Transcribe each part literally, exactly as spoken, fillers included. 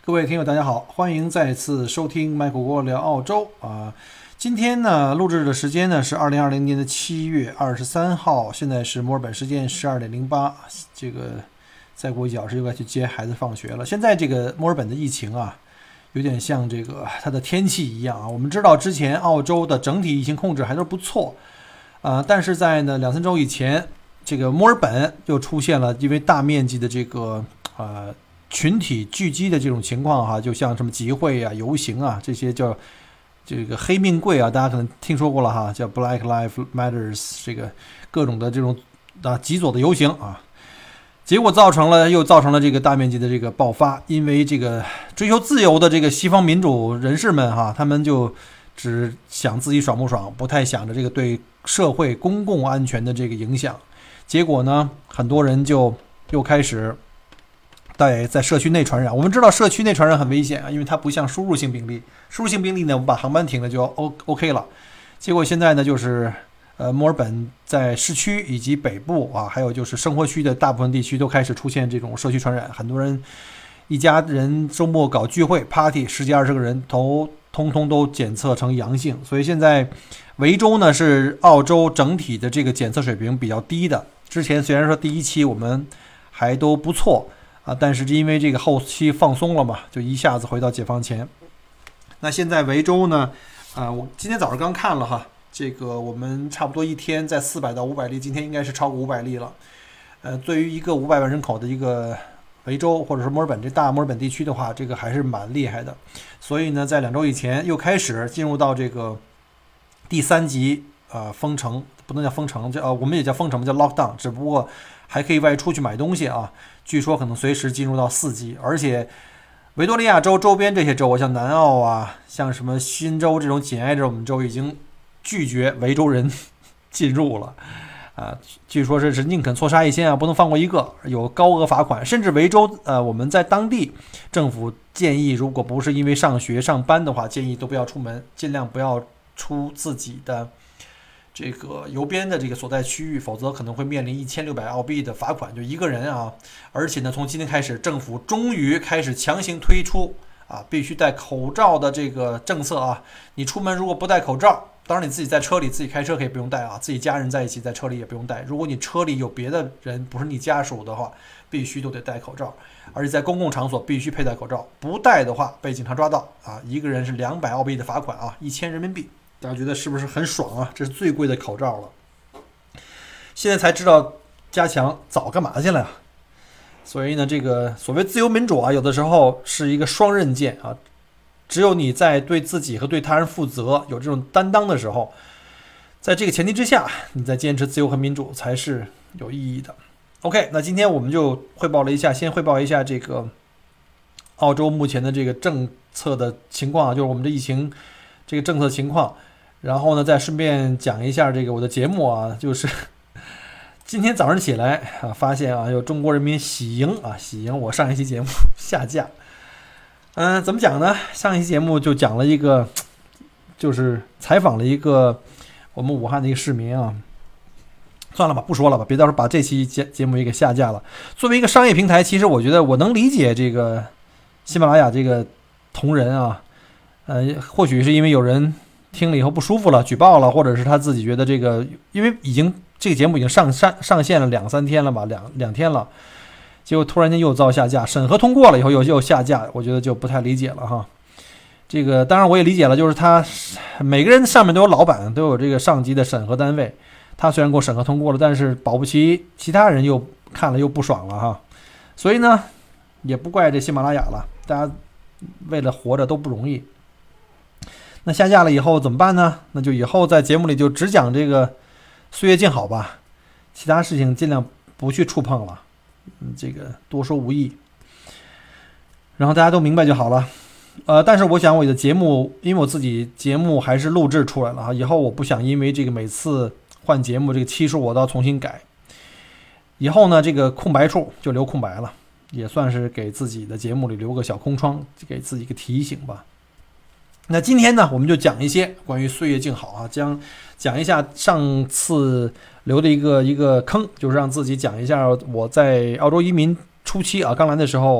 各位听友大家好，欢迎再次收听麦克锅聊澳洲啊。今天呢录制的时间呢是二零二零年的七月二十三号，现在是墨尔本时间十二点零八，这个再过一小时就该去接孩子放学了。现在这个墨尔本的疫情啊有点像这个它的天气一样啊。我们知道之前澳洲的整体疫情控制还都不错啊，但是在呢两三周以前，这个墨尔本又出现了因为大面积的这个呃群体聚集的这种情况哈，就像什么集会啊、游行啊，这些叫这个黑命贵啊，大家可能听说过了哈，叫 Black Lives Matters， 这个各种的这种啊极左的游行啊，结果造成了又造成了这个大面积的这个爆发，因为这个追求自由的这个西方民主人士们哈，他们就只想自己爽不爽，不太想着这个对社会公共安全的这个影响，结果呢，很多人就又开始在在社区内传染。我们知道社区内传染很危险啊，因为它不像输入性病例，输入性病例呢，我们把航班停了就 OK 了。结果现在呢，就是呃墨尔本在市区以及北部啊，还有就是生活区的大部分地区都开始出现这种社区传染，很多人一家人周末搞聚会 party， 十几二十个人都通通都检测成阳性，所以现在维州呢是澳洲整体的这个检测水平比较低的。之前虽然说第一期我们还都不错啊，但是因为这个后期放松了嘛，就一下子回到解放前。那现在维州呢，啊，我今天早上刚看了哈，这个我们差不多一天在四百到五百例，今天应该是超过五百例了。呃，对于一个五百万人口的一个维州或者是墨尔本这大墨尔本地区的话，这个还是蛮厉害的。所以呢，在两周以前又开始进入到这个第三级呃封城，不能叫封城，叫呃我们也叫封城，叫 lockdown， 只不过还可以外出去买东西啊。据说可能随时进入到四级，而且维多利亚州周边这些州，像南澳啊，像什么新州这种紧挨着我们州，已经拒绝维州人进入了啊。据说是是宁肯错杀一千啊，不能放过一个，有高额罚款，甚至维州呃我们在当地政府建议，如果不是因为上学上班的话，建议都不要出门，尽量不要出自己的这个邮编的这个所在区域，否则可能会面临一千六百澳币的罚款，就一个人啊。而且呢，从今天开始，政府终于开始强行推出啊，必须戴口罩的这个政策啊。你出门如果不戴口罩，当然你自己在车里自己开车可以不用戴啊，自己家人在一起在车里也不用戴。如果你车里有别的人不是你家属的话，必须都得戴口罩，而且在公共场所必须佩戴口罩，不戴的话被警察抓到啊，一个人是两百澳币的罚款啊，一千人民币。大家觉得是不是很爽啊？这是最贵的口罩了。现在才知道加强早干嘛去了呀？所以呢，这个所谓自由民主啊，有的时候是一个双刃剑啊。只有你在对自己和对他人负责、有这种担当的时候，在这个前提之下，你在坚持自由和民主才是有意义的。OK， 那今天我们就汇报了一下，先汇报一下这个澳洲目前的这个政策的情况啊，就是我们的疫情这个政策情况。然后呢，再顺便讲一下这个我的节目啊，就是今天早上起来啊，发现啊有中国人民喜迎啊喜迎我上一期节目下架。嗯、呃，怎么讲呢？上一期节目就讲了一个，就是采访了一个我们武汉的一个市民啊。算了吧，不说了吧，别到时候把这期节节目也给下架了。作为一个商业平台，其实我觉得我能理解这个喜马拉雅这个同仁啊，呃，或许是因为有人听了以后不舒服了，举报了，或者是他自己觉得这个，因为已经这个节目已经上上上线了两三天了吧，两两天了，结果突然间又遭下架，审核通过了以后又又下架，我觉得就不太理解了哈。这个当然我也理解了，就是他每个人上面都有老板，都有这个上级的审核单位，他虽然给我审核通过了，但是保不齐其他人又看了又不爽了哈。所以呢，也不怪这喜马拉雅了，大家为了活着都不容易。那下架了以后怎么办呢？那就以后在节目里就只讲这个岁月静好吧，其他事情尽量不去触碰了，嗯，这个多说无益，然后大家都明白就好了。呃，但是我想我的节目，因为我自己节目还是录制出来了哈，以后我不想因为这个每次换节目这个期数我都要重新改，以后呢这个空白处就留空白了，也算是给自己的节目里留个小空窗，给自己一个提醒吧。那今天呢，我们就讲一些关于岁月静好啊，将讲一下上次留的一个一个坑，就是让自己讲一下我在澳洲移民初期啊，刚来的时候，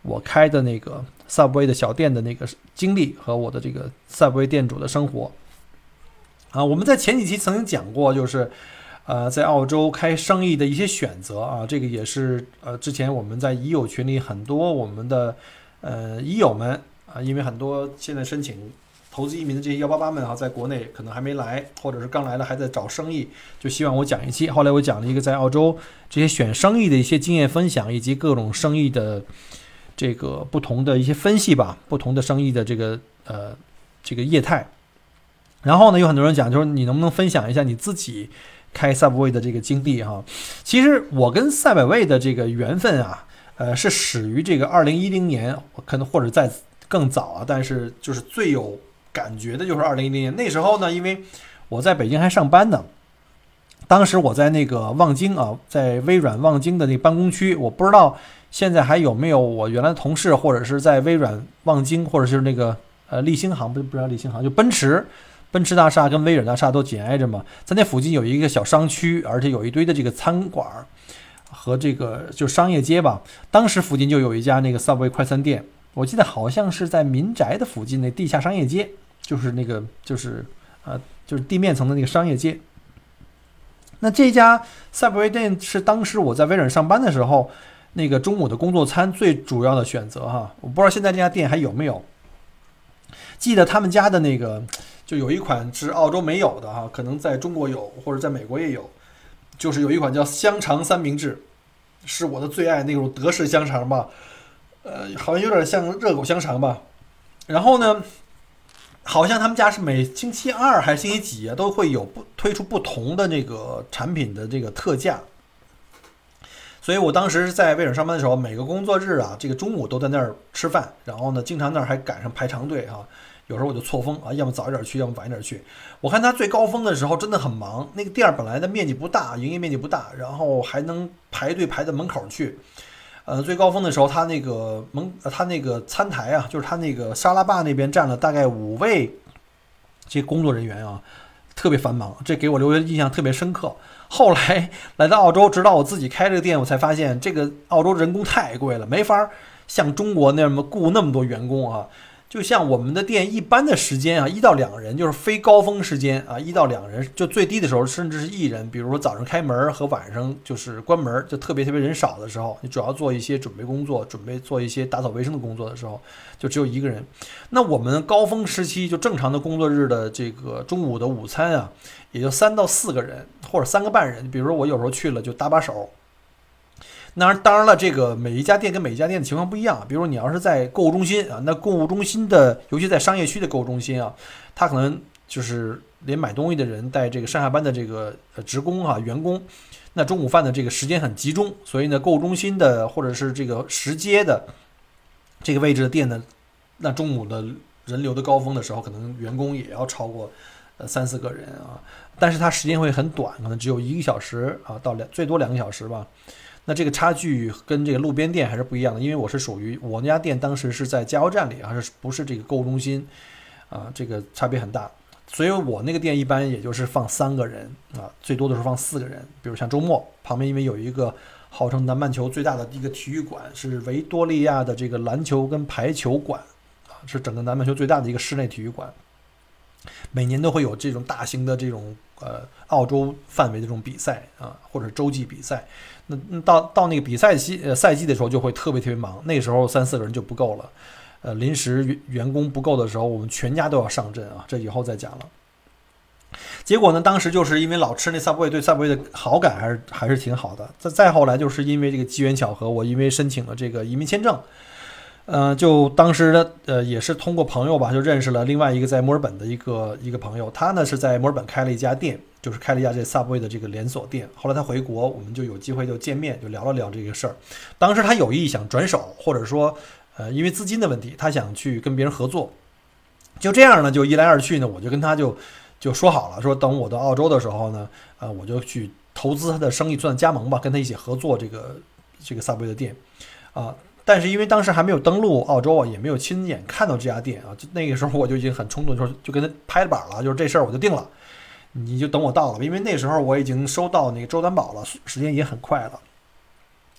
我开的那个 Subway 的小店的那个经历和我的这个 Subway 店主的生活啊。我们在前几期曾经讲过，就是呃在澳洲开生意的一些选择啊，这个也是呃之前我们在已友群里很多我们的呃已友们啊，因为很多现在申请投资移民的这些幺八八们啊，在国内可能还没来，或者是刚来了还在找生意，就希望我讲一期。后来我讲了一个在澳洲这些选生意的一些经验分享，以及各种生意的这个不同的一些分析吧，不同的生意的这个呃这个业态。然后呢，有很多人讲，就是你能不能分享一下你自己开 Subway 的这个经历哈？其实我跟赛百味的这个缘分啊，呃，是始于这个二零一零年，可能或者在更早啊，但是就是最有感觉的就是二零一零年。那时候呢，因为我在北京还上班呢，当时我在那个望京啊，在微软望京的那个办公区，我不知道现在还有没有我原来的同事，或者是在微软望京，或者是那个呃立新行，不不知道立新行，就奔驰。奔驰大厦跟微软大厦都紧挨着嘛，在那附近有一个小商区，而且有一堆的这个餐馆和这个就商业街吧。当时附近就有一家那个 Subway 快餐店，我记得好像是在民宅的附近那地下商业街，就是那个就是呃就是地面层的那个商业街。那这家 Subway 店是当时我在微软上班的时候那个中午的工作餐最主要的选择哈。我不知道现在这家店还有没有。记得他们家的那个就有一款是澳洲没有的哈，可能在中国有或者在美国也有，就是有一款叫香肠三明治，是我的最爱那种德式香肠吧，呃，好像有点像热狗香肠吧。然后呢，好像他们家是每星期二还是星期几啊，都会有不推出不同的那个产品的这个特价。所以我当时在微软上班的时候，每个工作日啊，这个中午都在那儿吃饭，然后呢，经常那儿还赶上排长队哈、啊。有时候我就错峰啊，要么早一点去，要么晚一点去。我看他最高峰的时候真的很忙，那个店本来的面积不大，营业面积不大，然后还能排队排到门口去。呃，最高峰的时候，他那个门，他那个餐台啊，就是他那个沙拉吧那边站了大概五位这些工作人员啊，特别繁忙，这给我留下印象特别深刻。后来来到澳洲，直到我自己开这个店，我才发现这个澳洲人工太贵了，没法像中国那么雇那么多员工啊。就像我们的店一般的时间啊，一到两人就是非高峰时间啊，一到两人就最低的时候甚至是一人，比如说早上开门和晚上就是关门，就特别特别人少的时候，你主要做一些准备工作，准备做一些打扫卫生的工作的时候，就只有一个人。那我们高峰时期就正常的工作日的这个中午的午餐啊，也就三到四个人或者三个半人，比如说我有时候去了就搭把手。那当然了，这个每一家店跟每一家店的情况不一样。比如说你要是在购物中心啊，那购物中心的，尤其在商业区的购物中心啊，它可能就是连买东西的人带这个上下班的这个呃职工啊员工，那中午饭的这个时间很集中，所以呢，购物中心的或者是这个石街的这个位置的店呢，那中午的人流的高峰的时候，可能员工也要超过呃三四个人啊，但是它时间会很短，可能只有一个小时啊到两最多两个小时吧。那这个差距跟这个路边店还是不一样的，因为我是属于我那家店当时是在加油站里，还是不是这个购物中心啊？这个差别很大，所以我那个店一般也就是放三个人啊，最多的时候放四个人。比如像周末旁边，因为有一个号称南半球最大的一个体育馆，是维多利亚的这个篮球跟排球馆啊，是整个南半球最大的一个室内体育馆。每年都会有这种大型的这种呃澳洲范围的这种比赛啊，或者洲际比赛。那到到那个比赛季呃赛季的时候，就会特别特别忙。那时候三四个人就不够了，呃，临时员工不够的时候，我们全家都要上阵啊。这以后再讲了。结果呢，当时就是因为老吃那 Subway， 对 Subway 的好感还是还是挺好的。再再后来就是因为这个机缘巧合，我因为申请了这个移民签证。呃，就当时的呃也是通过朋友吧，就认识了另外一个在墨尔本的一个一个朋友，他呢是在墨尔本开了一家店，就是开了一家这 Subway 的这个连锁店。后来他回国，我们就有机会就见面，就聊了聊这个事儿。当时他有意想转手，或者说呃因为资金的问题，他想去跟别人合作。就这样呢，就一来二去呢，我就跟他就就说好了，说等我到澳洲的时候呢，呃我就去投资他的生意，算加盟吧，跟他一起合作这个这个 Subway 的店啊。呃但是因为当时还没有登陆澳洲啊，也没有亲眼看到这家店啊，就那个时候我就已经很冲动，说就跟他拍了板了，就是这事儿我就定了，你就等我到了，因为那时候我已经收到那个州担保了，时间也很快了。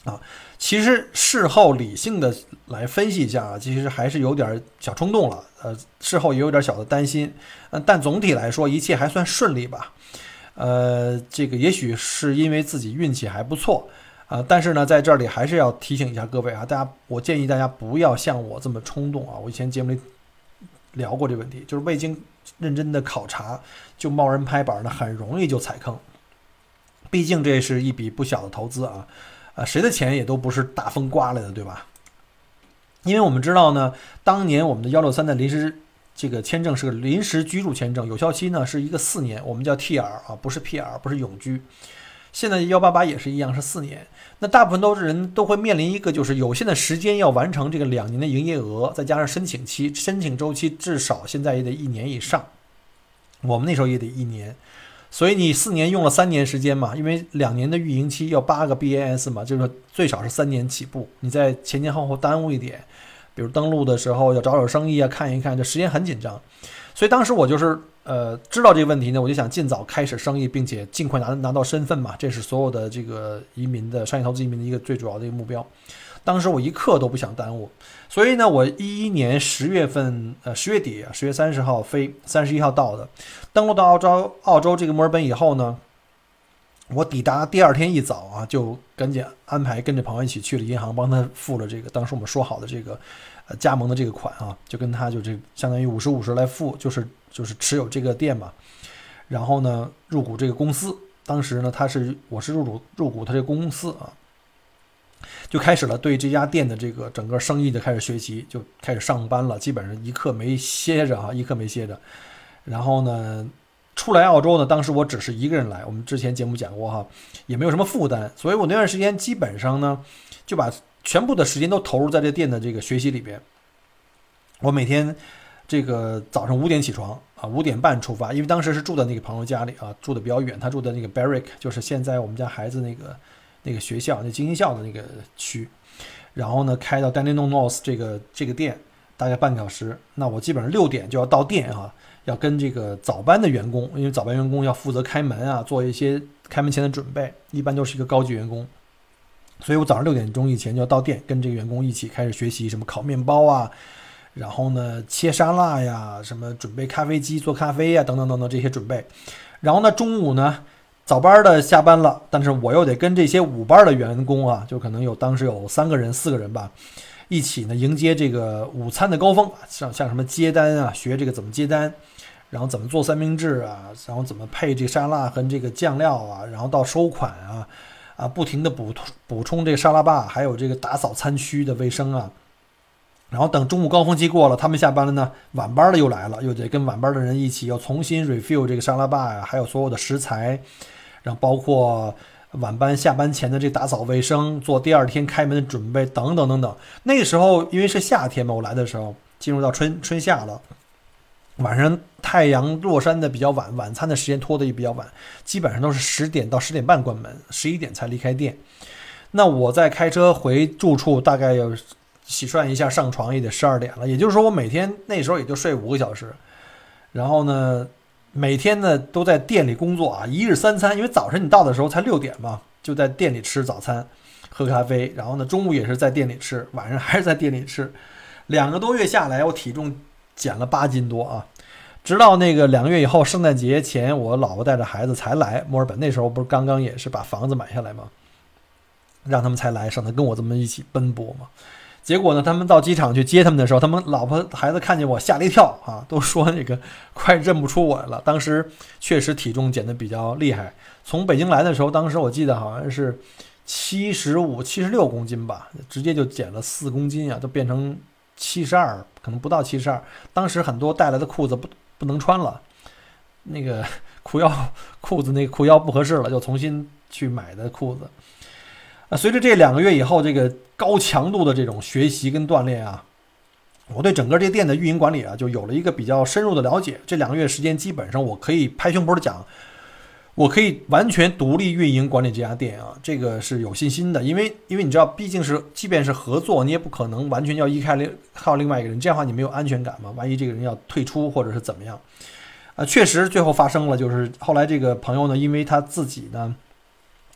啊，其实事后理性的来分析一下啊，其实还是有点小冲动了，呃，事后也有点小的担心，呃，但总体来说一切还算顺利吧，呃，这个也许是因为自己运气还不错啊、呃，但是呢，在这里还是要提醒一下各位啊，大家，我建议大家不要像我这么冲动啊，我以前节目里聊过这个问题，就是未经认真的考察就贸然拍板呢，很容易就踩坑，毕竟这是一笔不小的投资啊。啊，谁的钱也都不是大风刮来的，对吧？因为我们知道呢，当年我们的一六三的临时这个签证是个临时居住签证，有效期呢是一个四年，我们叫 T R 啊，不是 P R， 不是永居。现在一八八也是一样，是四年。那大部分都是人都会面临一个就是有限的时间要完成这个两年的营业额，再加上申请期，申请周期至少现在也得一年以上，我们那时候也得一年。所以你四年用了三年时间嘛，因为两年的运营期要八个 B A S 嘛，就是最少是三年起步。你在前前后后耽误一点，比如登录的时候要找找生意啊，看一看，这时间很紧张。所以当时我就是呃知道这个问题呢，我就想尽早开始生意，并且尽快拿拿到身份嘛，这是所有的这个移民的商业投资移民的一个最主要的一个目标。当时我一刻都不想耽误，所以呢，我一一年十月份，呃，十月底，十月三十号飞，三十一号到的，登陆到澳洲，澳洲这个墨尔本以后呢，我抵达第二天一早啊，就赶紧安排跟着朋友一起去了银行，帮他付了这个当时我们说好的这个呃加盟的这个款啊，就跟他就这相当于五十五十来付，就是就是持有这个店嘛，然后呢入股这个公司，当时呢他是我是入股入股他这个公司啊。就开始了对这家店的这个整个生意的开始学习，就开始上班了，基本上一刻没歇着啊，一刻没歇着。然后呢，出来澳洲呢，当时我只是一个人来，我们之前节目讲过哈，也没有什么负担，所以我那段时间基本上呢，就把全部的时间都投入在这店的这个学习里边。我每天这个早上五点起床啊，五点半出发，因为当时是住在那个朋友家里啊，住的比较远，他住在那个 Berwick， 就是现在我们家孩子那个。那个学校，那精英校的那个区，然后呢，开到 Dandenong North 这个这个店，大概半个小时。那我基本上六点就要到店啊，要跟这个早班的员工，因为早班员工要负责开门啊，做一些开门前的准备，一般都是一个高级员工，所以我早上六点钟以前就要到店，跟这个员工一起开始学习什么烤面包啊，然后呢切沙拉呀，什么准备咖啡机做咖啡呀，等等等等这些准备。然后呢，中午呢。早班的下班了，但是我又得跟这些午班的员工啊，就可能有当时有三个人、四个人吧，一起呢迎接这个午餐的高峰，像像什么接单啊，学这个怎么接单，然后怎么做三明治啊，然后怎么配这个沙拉和这个酱料啊，然后到收款啊，啊不停的补补充这个沙拉吧，还有这个打扫餐区的卫生啊。然后等中午高峰期过了，他们下班了呢，晚班的又来了，又得跟晚班的人一起要重新 refill 这个沙拉吧呀，还有所有的食材，然后包括晚班下班前的这打扫卫生，做第二天开门的准备等等等等。那个时候因为是夏天嘛，我来的时候进入到春春夏了，晚上太阳落山的比较晚，晚餐的时间拖得也比较晚，基本上都是十点到十点半关门，十一点才离开店。那我在开车回住处，大概有洗涮一下上床也得十二点了，也就是说我每天那时候也就睡五个小时，然后呢每天呢都在店里工作啊，一日三餐，因为早晨你到的时候才六点嘛，就在店里吃早餐喝咖啡，然后呢中午也是在店里吃，晚上还是在店里吃。两个多月下来我体重减了八斤多啊，直到那个两个月以后圣诞节前，我老婆带着孩子才来墨尔本，那时候不是刚刚也是把房子买下来吗，让他们才来，省得跟我这么一起奔波嘛。结果呢，他们到机场去接他们的时候，他们老婆孩子看见我吓了一跳啊，都说那个快认不出我来了。当时确实体重减得比较厉害，从北京来的时候，当时我记得好像是七十五、七十六公斤吧，直接就减了四公斤啊，都变成七十二，可能不到七十二。当时很多带来的裤子不不能穿了，那个裤腰裤子那个裤腰不合适了，就重新去买的裤子。随着这两个月以后，这个高强度的这种学习跟锻炼啊，我对整个这店的运营管理啊，就有了一个比较深入的了解。这两个月时间，基本上我可以拍胸脯的讲，我可以完全独立运营管理这家店啊，这个是有信心的。因为因为你知道，毕竟是即便是合作，你也不可能完全要依靠靠另外一个人，这样的话你没有安全感嘛。万一这个人要退出或者是怎么样，啊，确实最后发生了，就是后来这个朋友呢，因为他自己呢。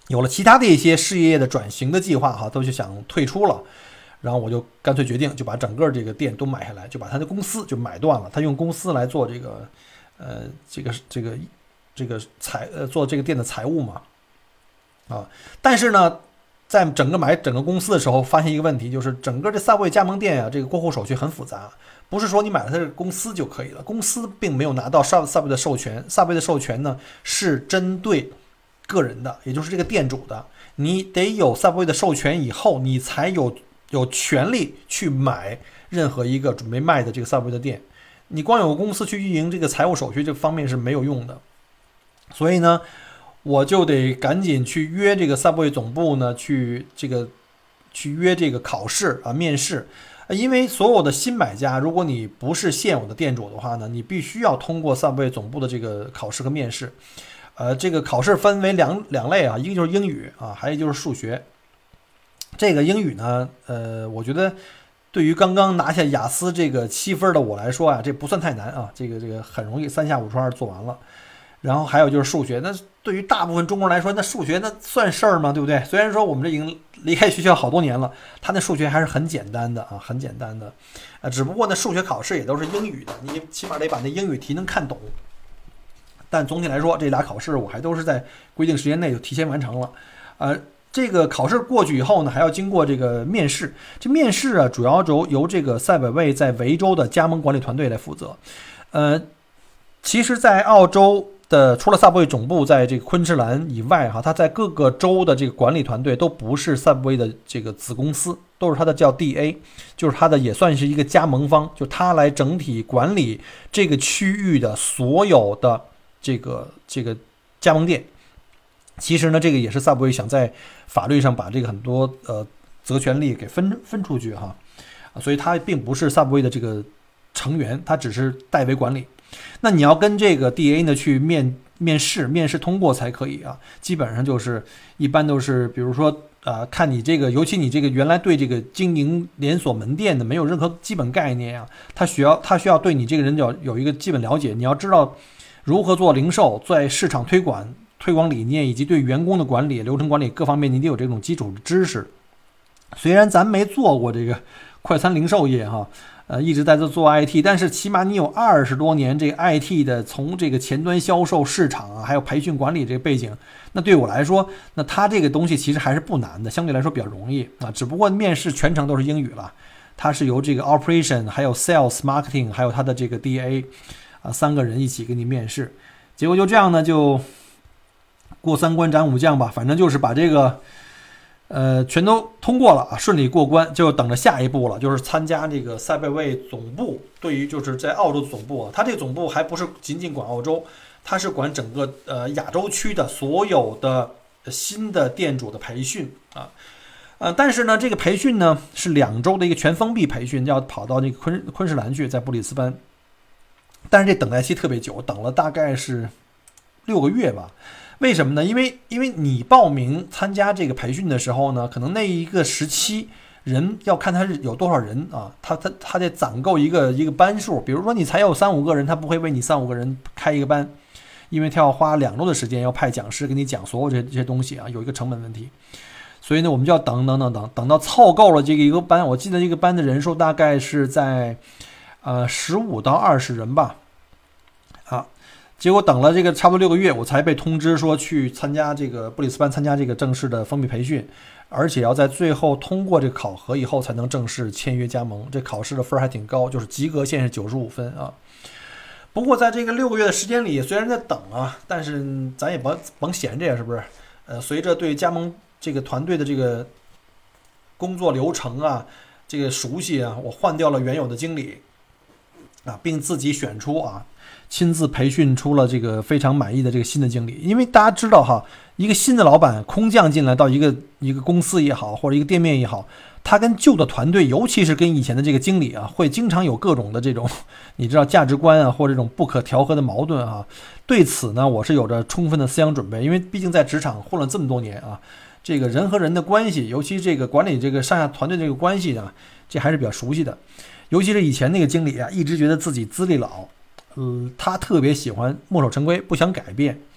有了其他的一些事业的转型的计划哈，都就想退出了。然后我就干脆决定就把整个这个店都买下来，就把他的公司就买断了。他用公司来做这个呃这个这个这个财呃做这个店的财务嘛啊。但是呢，在整个买整个公司的时候，发现一个问题，就是整个这 Subway 加盟店啊，这个过户手续很复杂，不是说你买了它这个公司就可以了，公司并没有拿到 Subway 的授权 ，Subway 的授权呢是针对个人的，也就是这个店主的，你得有 Subway 的授权以后，你才有有权利去买任何一个准备卖的这个 Subway 的店。你光有公司去运营这个财务手续这方面是没有用的，所以呢，我就得赶紧去约这个 Subway 总部呢，去这个去约这个考试啊面试。因为所有的新买家，如果你不是现有的店主的话呢，你必须要通过 Subway 总部的这个考试和面试。呃，这个考试分为两两类啊，一个就是英语啊，还有就是数学。这个英语呢，呃，我觉得对于刚刚拿下雅思这个七分的我来说啊，这不算太难啊，这个这个很容易，三下五除二做完了。然后还有就是数学，那对于大部分中国人来说，那数学那算事儿吗？对不对？虽然说我们这已经离开学校好多年了，他那数学还是很简单的啊，很简单的。呃，只不过那数学考试也都是英语的，你起码得把那英语题能看懂。但总体来说，这俩考试我还都是在规定时间内就提前完成了。呃，这个考试过去以后呢，还要经过这个面试。这面试啊，主要由由这个赛百味在维州的加盟管理团队来负责。呃，其实，在澳洲的除了 Subway 总部在这个昆士兰以外哈，它在各个州的这个管理团队都不是 Subway 的这个子公司，都是它的叫 D A， 就是它的也算是一个加盟方，就它来整体管理这个区域的所有的这个这个加盟店。其实呢，这个也是 Subway 想在法律上把这个很多呃责权利给分分出去哈，所以它并不是 Subway 的这个成员，它只是代为管理。那你要跟这个 D A 呢去面面试，面试通过才可以啊。基本上就是一般都是，比如说啊、呃，看你这个，尤其你这个原来对这个经营连锁门店的没有任何基本概念啊，他需要他需要对你这个人要有一个基本了解，你要知道如何做零售，在市场推广、推广理念以及对员工的管理、流程管理各方面，你得有这种基础的知识。虽然咱没做过这个快餐零售业哈。呃，一直在这做 I T， 但是起码你有二十多年这个 I T 的从这个前端销售、市场啊，还有培训管理这个背景，那对我来说，那他这个东西其实还是不难的，相对来说比较容易啊。只不过面试全程都是英语了，它是由这个 Operation、还有 Sales、Marketing， 还有他的这个 D A 啊三个人一起给你面试。结果就这样呢，就过三关斩五将吧，反正就是把这个。呃，全都通过了啊，顺利过关，就等着下一步了，就是参加这个赛百味总部。对于就是在澳洲的总部啊，它这个总部还不是仅仅管澳洲，它是管整个呃亚洲区的所有的新的店主的培训啊。呃，但是呢，这个培训呢是两周的一个全封闭培训，要跑到那个昆昆士兰去，在布里斯班。但是这等待期特别久，等了大概是六个月吧。为什么呢？因为因为你报名参加这个培训的时候呢，可能那一个时期人要看他是有多少人啊，他他他得攒够一个一个班数。比如说你才有三五个人，他不会为你三五个人开一个班，因为他要花两周的时间要派讲师给你讲所有这这些东西啊，有一个成本问题。所以呢，我们就要等等等等等到凑够了这个一个班，我记得这个班的人数大概是在呃十五到二十人吧，啊。结果等了这个差不多六个月，我才被通知说去参加这个布里斯班参加这个正式的封闭培训，而且要在最后通过这个考核以后才能正式签约加盟。这考试的分还挺高，就是及格线是九十五分啊。不过在这个六个月的时间里，虽然在等啊，但是咱也甭甭闲着呀，是不是？呃，随着对加盟这个团队的这个工作流程啊，这个熟悉啊，我换掉了原有的经理啊，并自己选出啊。亲自培训出了这个非常满意的这个新的经理。因为大家知道哈，一个新的老板空降进来到一个一个公司也好，或者一个店面也好，他跟旧的团队，尤其是跟以前的这个经理啊，会经常有各种的这种你知道价值观啊，或者这种不可调和的矛盾啊。对此呢，我是有着充分的思想准备，因为毕竟在职场混了这么多年啊，这个人和人的关系，尤其这个管理这个上下团队这个关系呢，这还是比较熟悉的。尤其是以前那个经理啊，一直觉得自己资历老。呃，他特别喜欢墨守成规，不想改变，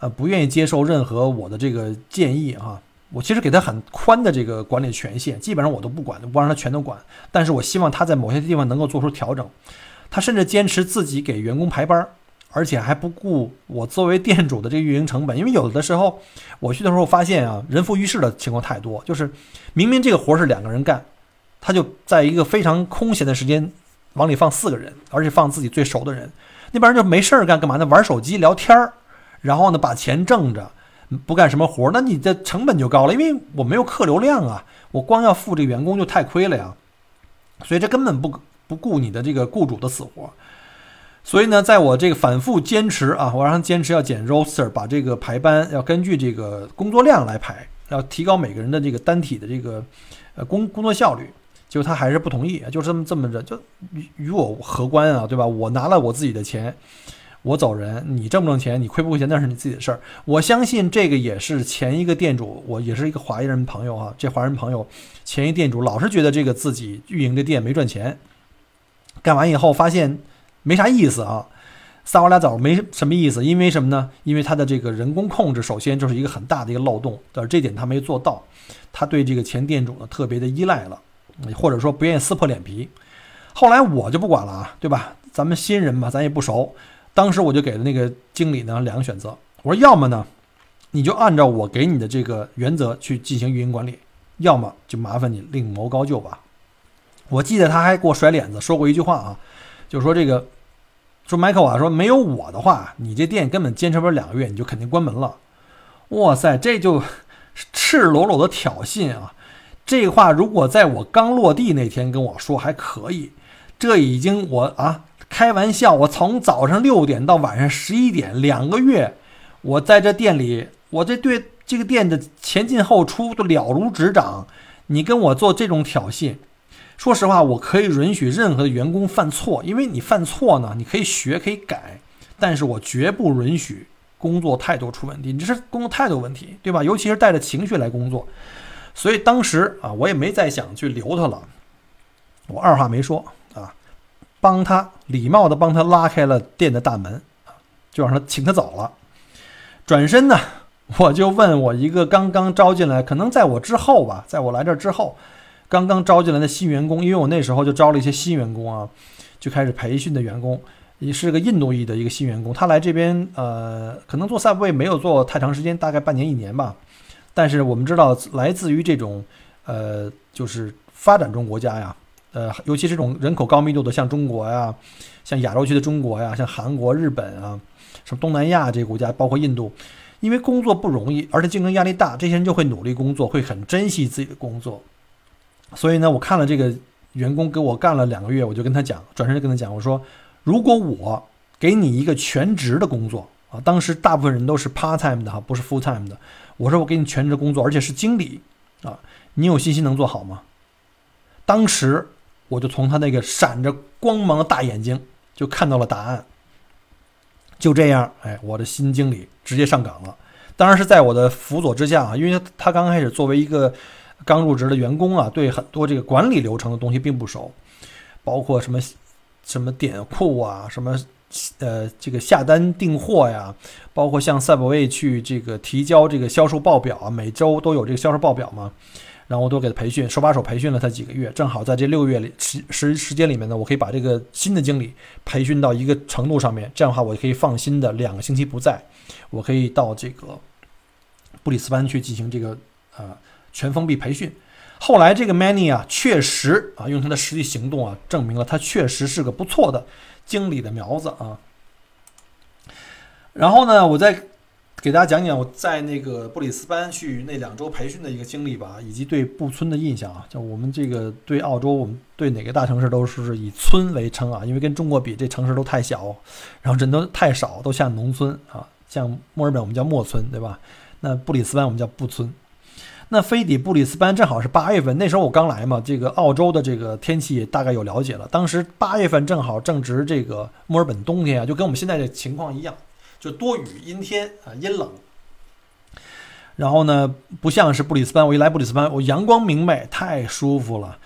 呃，不愿意接受任何我的这个建议啊。我其实给他很宽的这个管理权限，基本上我都不管，不让他全都管。但是我希望他在某些地方能够做出调整。他甚至坚持自己给员工排班，而且还不顾我作为店主的这个运营成本。因为有的时候我去的时候发现啊，人浮于事的情况太多，就是明明这个活是两个人干，他就在一个非常空闲的时间往里放四个人，而且放自己最熟的人。那帮人就没事干，干嘛呢？玩手机聊天，然后呢把钱挣着，不干什么活，那你的成本就高了，因为我没有客流量啊，我光要付这个员工就太亏了呀。所以这根本不不顾你的这个雇主的死活。所以呢，在我这个反复坚持啊，我让他坚持要减 roster， 把这个排班要根据这个工作量来排，要提高每个人的这个单体的这个呃工工作效率。结果他还是不同意，就这么这么着，就与与我何关啊，对吧？我拿了我自己的钱，我走人，你挣不挣钱，你亏不亏钱，那是你自己的事儿。我相信这个也是前一个店主，我也是一个华人朋友啊，这华人朋友前一店主老是觉得这个自己运营的店没赚钱，干完以后发现没啥意思啊，仨瓜俩枣没什么意思。因为什么呢？因为他的这个人工控制首先就是一个很大的一个漏洞，但是这点他没做到，他对这个前店主呢特别的依赖了，或者说不愿意撕破脸皮。后来我就不管了啊，对吧？咱们新人嘛，咱也不熟。当时我就给了那个经理呢两个选择，我说要么呢你就按照我给你的这个原则去进行运营管理，要么就麻烦你另谋高就吧。我记得他还给我甩脸子说过一句话啊，就是说这个说迈克啊，说没有我的话，你这店根本坚持不了两个月，你就肯定关门了。哇塞，这就赤裸裸的挑衅啊！这话如果在我刚落地那天跟我说还可以，这已经我啊开玩笑，我从早上六点到晚上十一点，两个月，我在这店里，我这对这个店的前进后出都了如指掌。你跟我做这种挑衅，说实话，我可以允许任何的员工犯错，因为你犯错呢，你可以学可以改，但是我绝不允许工作态度出问题。你这是工作态度问题，对吧？尤其是带着情绪来工作。所以当时啊，我也没再想去留他了，我二话没说啊，帮他礼貌的帮他拉开了店的大门，就让他请他走了。转身呢，我就问我一个刚刚招进来，可能在我之后吧，在我来这儿之后刚刚招进来的新员工，因为我那时候就招了一些新员工啊，就开始培训的员工，也是个印度裔的一个新员工。他来这边呃，可能做 Subway 没有做太长时间，大概半年一年吧。但是我们知道，来自于这种呃，就是发展中国家呀，呃，尤其这种人口高密度的，像中国呀，像亚洲区的中国呀，像韩国、日本啊，什么东南亚这些国家，包括印度，因为工作不容易，而且竞争压力大，这些人就会努力工作，会很珍惜自己的工作。所以呢，我看了这个员工给我干了两个月，我就跟他讲，转身就跟他讲，我说，如果我给你一个全职的工作啊，当时大部分人都是 part time 的哈，不是 full time 的。我说我给你全职工作，而且是经理啊，你有信心能做好吗？当时我就从他那个闪着光芒的大眼睛就看到了答案。就这样，哎，我的新经理直接上岗了。当然是在我的辅佐之下啊，因为他刚开始作为一个刚入职的员工啊，对很多这个管理流程的东西并不熟，包括什么什么点库啊，什么呃这个下单订货呀，包括像 Subway 去这个提交这个销售报表啊，每周都有这个销售报表嘛，然后我都给他培训，手把手培训了他几个月，正好在这六个月里时时时间里面呢，我可以把这个新的经理培训到一个程度上面，这样的话我可以放心的两个星期不在，我可以到这个布里斯班去进行这个呃全封闭培训。后来这个 Manny 啊，确实啊，用他的实际行动啊，证明了他确实是个不错的经理的苗子啊。然后呢，我再给大家讲讲我在那个布里斯班去那两周培训的一个经历吧，以及对布村的印象啊。就我们这个对澳洲，我们对哪个大城市都是以村为称啊，因为跟中国比，这城市都太小，然后人都太少，都像农村啊。像墨尔本我们叫墨村，对吧？那布里斯班我们叫布村。那飞抵布里斯班正好是八月份，那时候我刚来嘛，这个澳洲的这个天气大概有了解了。当时八月份正好正值这个墨尔本冬天啊，就跟我们现在这情况一样，就多雨阴天啊，阴冷。然后呢，不像是布里斯班，我一来布里斯班，我阳光明媚，太舒服了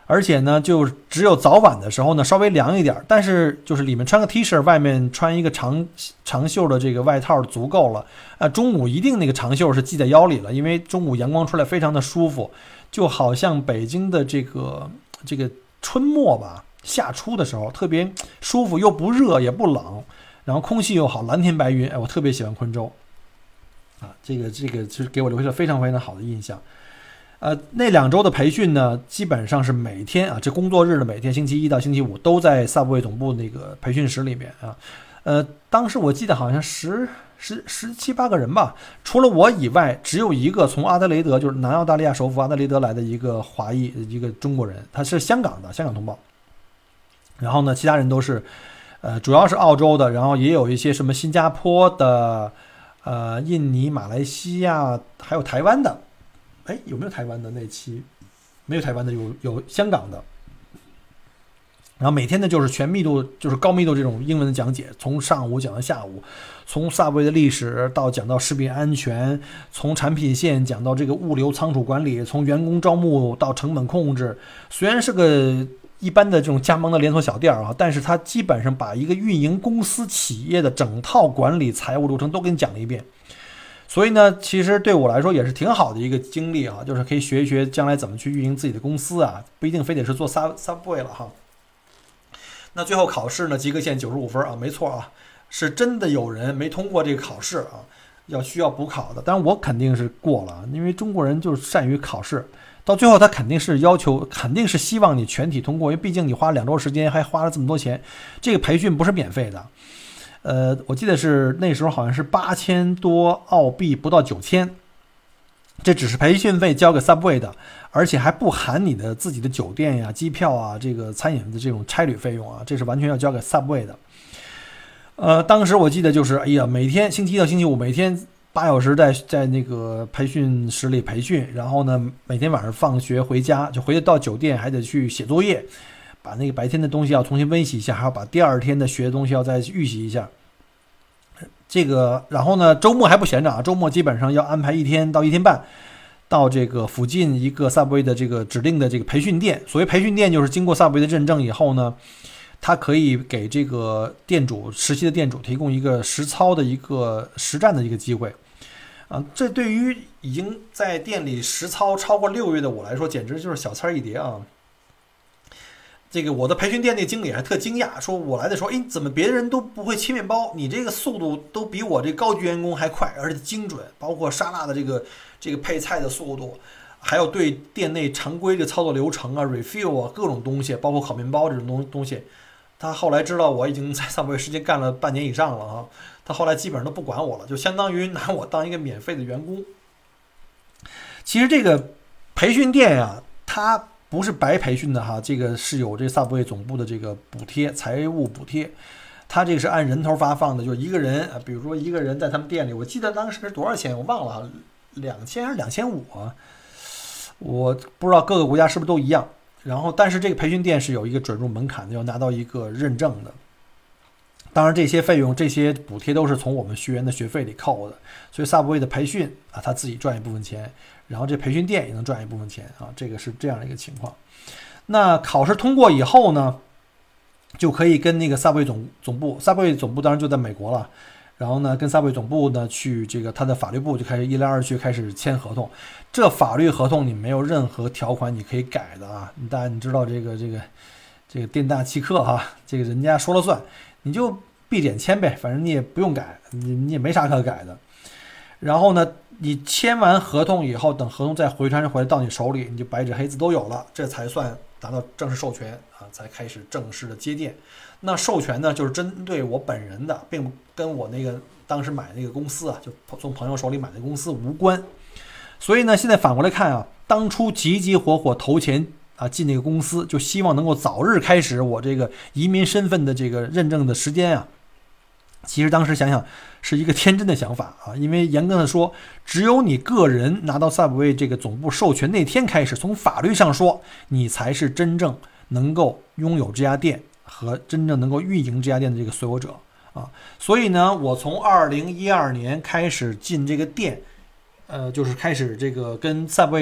而且呢，就只有早晚的时候呢稍微凉一点，但是就是里面穿个 T 恤，外面穿一个长长袖的这个外套足够了。啊，中午一定那个长袖是系在腰里了，因为中午阳光出来非常的舒服，就好像北京的这个这个春末吧，夏初的时候特别舒服，又不热也不冷，然后空气又好，蓝天白云，哎，我特别喜欢昆州。啊，这个这个就是给我留下了非常非常好的印象。呃，那两周的培训呢，基本上是每天啊，这工作日的每天，星期一到星期五都在 Subway 总部那个培训室里面啊。呃，当时我记得好像十十十七八个人吧，除了我以外，只有一个从阿德雷德，就是南澳大利亚首府阿德雷德来的一个华裔，一个中国人，他是香港的香港同胞。然后呢，其他人都是，呃，主要是澳洲的，然后也有一些什么新加坡的，呃，印尼、马来西亚，还有台湾的。哎，有没有台湾的那期？没有台湾的，有有香港的。然后每天呢就是全密度，就是高密度这种英文的讲解，从上午讲到下午，从 Subway 的历史到讲到食品安全，从产品线讲到这个物流仓储管理，从员工招募到成本控制。虽然是个一般的这种加盟的连锁小店啊，但是它基本上把一个运营公司企业的整套管理财务流程都给你讲了一遍。所以呢，其实对我来说也是挺好的一个经历啊，就是可以学一学将来怎么去运营自己的公司啊，不一定非得是做 Subway 了哈。那最后考试呢，及格线九十五分啊，没错啊，是真的有人没通过这个考试啊，要需要补考的。当然我肯定是过了，因为中国人就是善于考试，到最后他肯定是要求，肯定是希望你全体通过，因为毕竟你花两周时间，还花了这么多钱，这个培训不是免费的。呃，我记得是那时候好像是八千多澳币，不到九千，这只是培训费交给 Subway 的，而且还不含你的自己的酒店呀、机票啊、这个餐饮的这种差旅费用啊，这是完全要交给 Subway 的。呃，当时我记得就是，哎呀，每天星期一到星期五，每天八小时在在那个培训室里培训，然后呢，每天晚上放学回家就回到酒店，还得去写作业。把那个白天的东西要重新温习一下，还要把第二天的学的东西要再预习一下。这个，然后呢，周末还不闲着啊，周末基本上要安排一天到一天半，到这个附近一个 Subway 的这个指定的这个培训店。所谓培训店，就是经过 Subway 的认证以后呢，它可以给这个店主实习的店主提供一个实操的一个实战的一个机会。啊，这对于已经在店里实操超过六个月的我来说，简直就是小菜一碟啊。这个我的培训店那经理还特惊讶，说我来的时候，哎，怎么别人都不会切面包，你这个速度都比我这高级员工还快，而且精准，包括沙拉的这个这个配菜的速度，还有对店内常规的操作流程啊、refill 啊各种东西，包括烤面包这种东东西，他后来知道我已经在Subway时间干了半年以上了啊，他后来基本上都不管我了，就相当于拿我当一个免费的员工。其实这个培训店呀、啊，它不是白培训的哈，这个是有这 Subway 总部的这个补贴，财务补贴，它这个是按人头发放的，就一个人，比如说一个人在他们店里，我记得当时是多少钱我忘了，两千还是两千五啊？我不知道各个国家是不是都一样。然后，但是这个培训店是有一个准入门槛的，要拿到一个认证的。当然，这些费用、这些补贴都是从我们学员的学费里扣的，所以 Subway 的培训啊，他自己赚一部分钱。然后这培训店也能赚一部分钱啊，这个是这样的一个情况。那考试通过以后呢，就可以跟那个 Subway 总总部 ，Subway 总部当然就在美国了。然后呢，跟 Subway 总部呢去这个他的法律部就开始一来二去开始签合同。这法律合同你没有任何条款你可以改的啊，当然你知道这个这个这个店大欺客哈、啊，这个人家说了算，你就闭点签呗，反正你也不用改，你你也没啥可改的。然后呢，你签完合同以后，等合同再回传回来到你手里，你就白纸黑字都有了，这才算达到正式授权啊，才开始正式的接店。那授权呢，就是针对我本人的，并跟我那个当时买那个公司啊，就从朋友手里买的公司无关。所以呢，现在反过来看啊，当初急急火火投钱啊进那个公司，就希望能够早日开始我这个移民身份的这个认证的时间啊。其实当时想想是一个天真的想法啊，因为严格的说，只有你个人拿到 Subway 这个总部授权那天开始，从法律上说，你才是真正能够拥有这家店和真正能够运营这家店的这个所有者啊。所以呢，我从二零一二年开始进这个店，呃，就是开始这个跟 Subway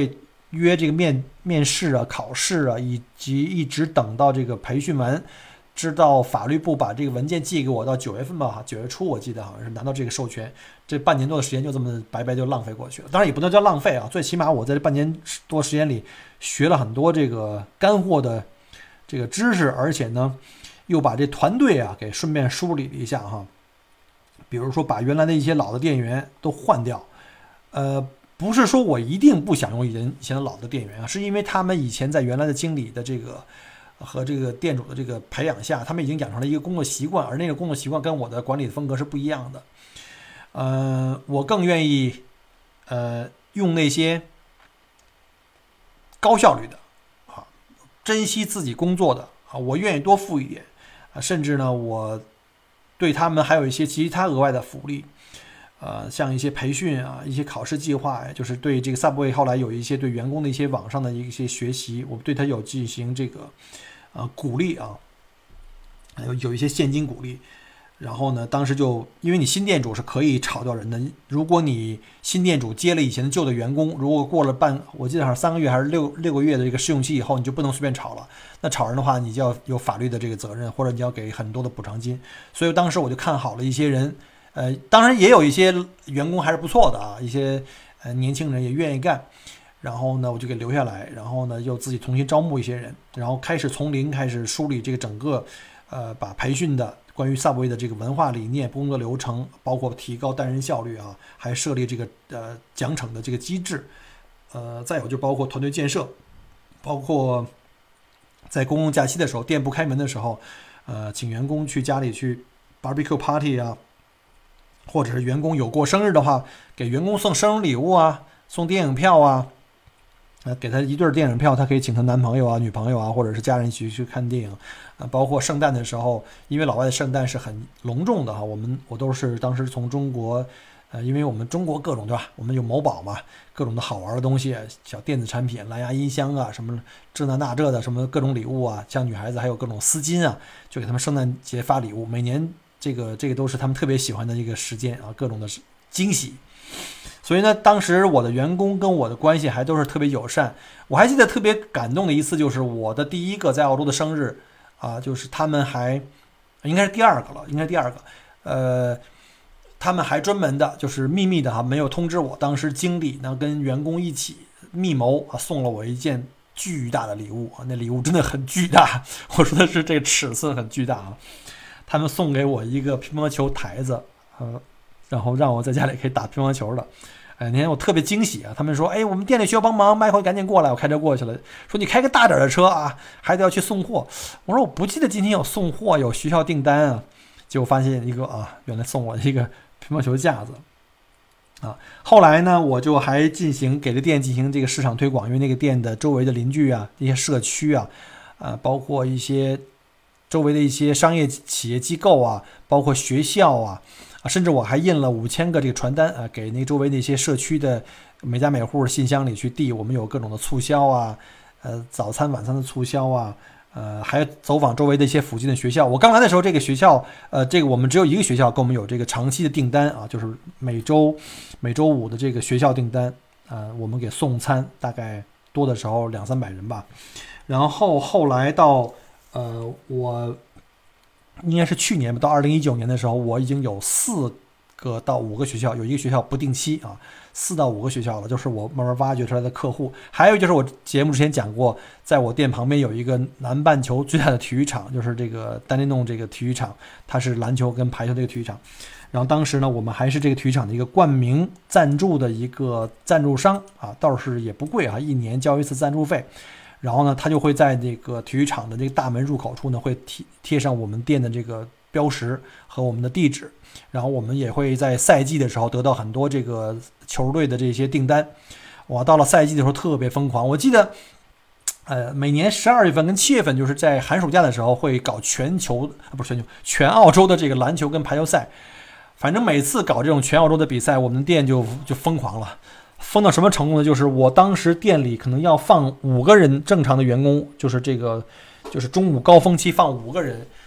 约这个面面试啊、考试啊，以及一直等到这个培训完，直到法律部把这个文件寄给我，到九月份吧，九月初我记得好像是拿到这个授权，这半年多的时间就这么白白就浪费过去了。当然也不能叫浪费啊，最起码我在这半年多时间里学了很多这个干货的这个知识，而且呢，又把这团队啊给顺便梳理了一下哈。比如说把原来的一些老的店员都换掉，呃，不是说我一定不想用以前以前的老的店员啊，是因为他们以前在原来的经理的这个和这个店主的这个培养下，他们已经养成了一个工作习惯，而那个工作习惯跟我的管理风格是不一样的。呃，我更愿意呃用那些高效率的啊，珍惜自己工作的啊，我愿意多付一点啊，甚至呢，我对他们还有一些其他额外的福利。呃，像一些培训啊，一些考试计划，就是对这个 Subway 后来有一些对员工的一些网上的一些学习，我对他有进行这个呃鼓励啊，有有一些现金鼓励。然后呢，当时就因为你新店主是可以炒掉人的，如果你新店主接了以前的旧的员工，如果过了半，我记得好像三个月还是六六个月的这个试用期以后，你就不能随便炒了。那炒人的话，你就要有法律的这个责任，或者你要给很多的补偿金。所以当时我就看好了一些人。呃，当然也有一些员工还是不错的啊，一些呃年轻人也愿意干，然后呢我就给留下来，然后呢又自己重新招募一些人，然后开始从零开始梳理这个整个呃把培训的关于 Subway 的这个文化理念、工作流程，包括提高单人效率啊，还设立这个呃奖惩的这个机制，呃再有就包括团队建设，包括在公共假期的时候，店不开门的时候，呃请员工去家里去 barbecue party 啊。或者是员工有过生日的话，给员工送生日礼物啊，送电影票啊，呃，给他一对电影票，他可以请他男朋友啊、女朋友啊，或者是家人一起去看电影。呃，包括圣诞的时候，因为老外的圣诞是很隆重的哈，我们我都是当时从中国，呃，因为我们中国各种对吧，我们有某宝嘛，各种的好玩的东西，小电子产品、蓝牙音箱啊，什么这那那这的，什么各种礼物啊，像女孩子还有各种丝巾啊，就给他们圣诞节发礼物，每年。这个这个都是他们特别喜欢的一个时间啊，各种的惊喜。所以呢，当时我的员工跟我的关系还都是特别友善。我还记得特别感动的一次，就是我的第一个在澳洲的生日啊，就是他们还应该是第二个了，应该是第二个，呃，他们还专门的就是秘密的哈，没有通知我。当时经理呢跟员工一起密谋啊，送了我一件巨大的礼物啊，那礼物真的很巨大，我说的是这个尺寸很巨大啊。他们送给我一个乒乓球台子，呃，然后让我在家里可以打乒乓球了。哎，那天我特别惊喜啊！他们说：“哎，我们店里需要帮忙，麦克赶紧过来。”我开车过去了，说：“你开个大点的车啊，还得要去送货。”我说：“我不记得今天有送货，有学校订单啊。”结果发现一个啊，原来送我一个乒乓球架子啊。后来呢，我就还进行给这店进行这个市场推广，因为那个店的周围的邻居啊，一些社区啊，呃，包括一些。周围的一些商业企业机构啊，包括学校啊，啊，甚至我还印了五千个这个传单啊，给那周围那些社区的每家每户的信箱里去递。我们有各种的促销啊，呃，早餐晚餐的促销啊，呃，还走访周围的一些附近的学校。我刚来的时候，这个学校，呃，这个我们只有一个学校跟我们有这个长期的订单啊，就是每周每周五的这个学校订单啊，呃，我们给送餐，大概多的时候两三百人吧。然后后来到。呃，我应该是去年吧，到二零一九年的时候，我已经有四个到五个学校，有一个学校不定期啊，四到五个学校了，就是我慢慢挖掘出来的客户。还有就是我节目之前讲过，在我店旁边有一个南半球最大的体育场，就是这个丹尼弄这个体育场，它是篮球跟排球这个体育场。然后当时呢，我们还是这个体育场的一个冠名赞助的一个赞助商啊，倒是也不贵啊，一年交一次赞助费。然后呢，他就会在这个体育场的这个大门入口处呢，会贴贴上我们店的这个标识和我们的地址。然后我们也会在赛季的时候得到很多这个球队的这些订单。哇，到了赛季的时候特别疯狂。我记得，呃，每年十二月份跟七月份，就是在寒暑假的时候会搞全球啊，不是全球，全澳洲的这个篮球跟排球赛。反正每次搞这种全澳洲的比赛，我们的店就就疯狂了。疯到什么程度呢？就是我当时店里可能要放五个人，正常的员工就是这个，就是中午高峰期放五个人，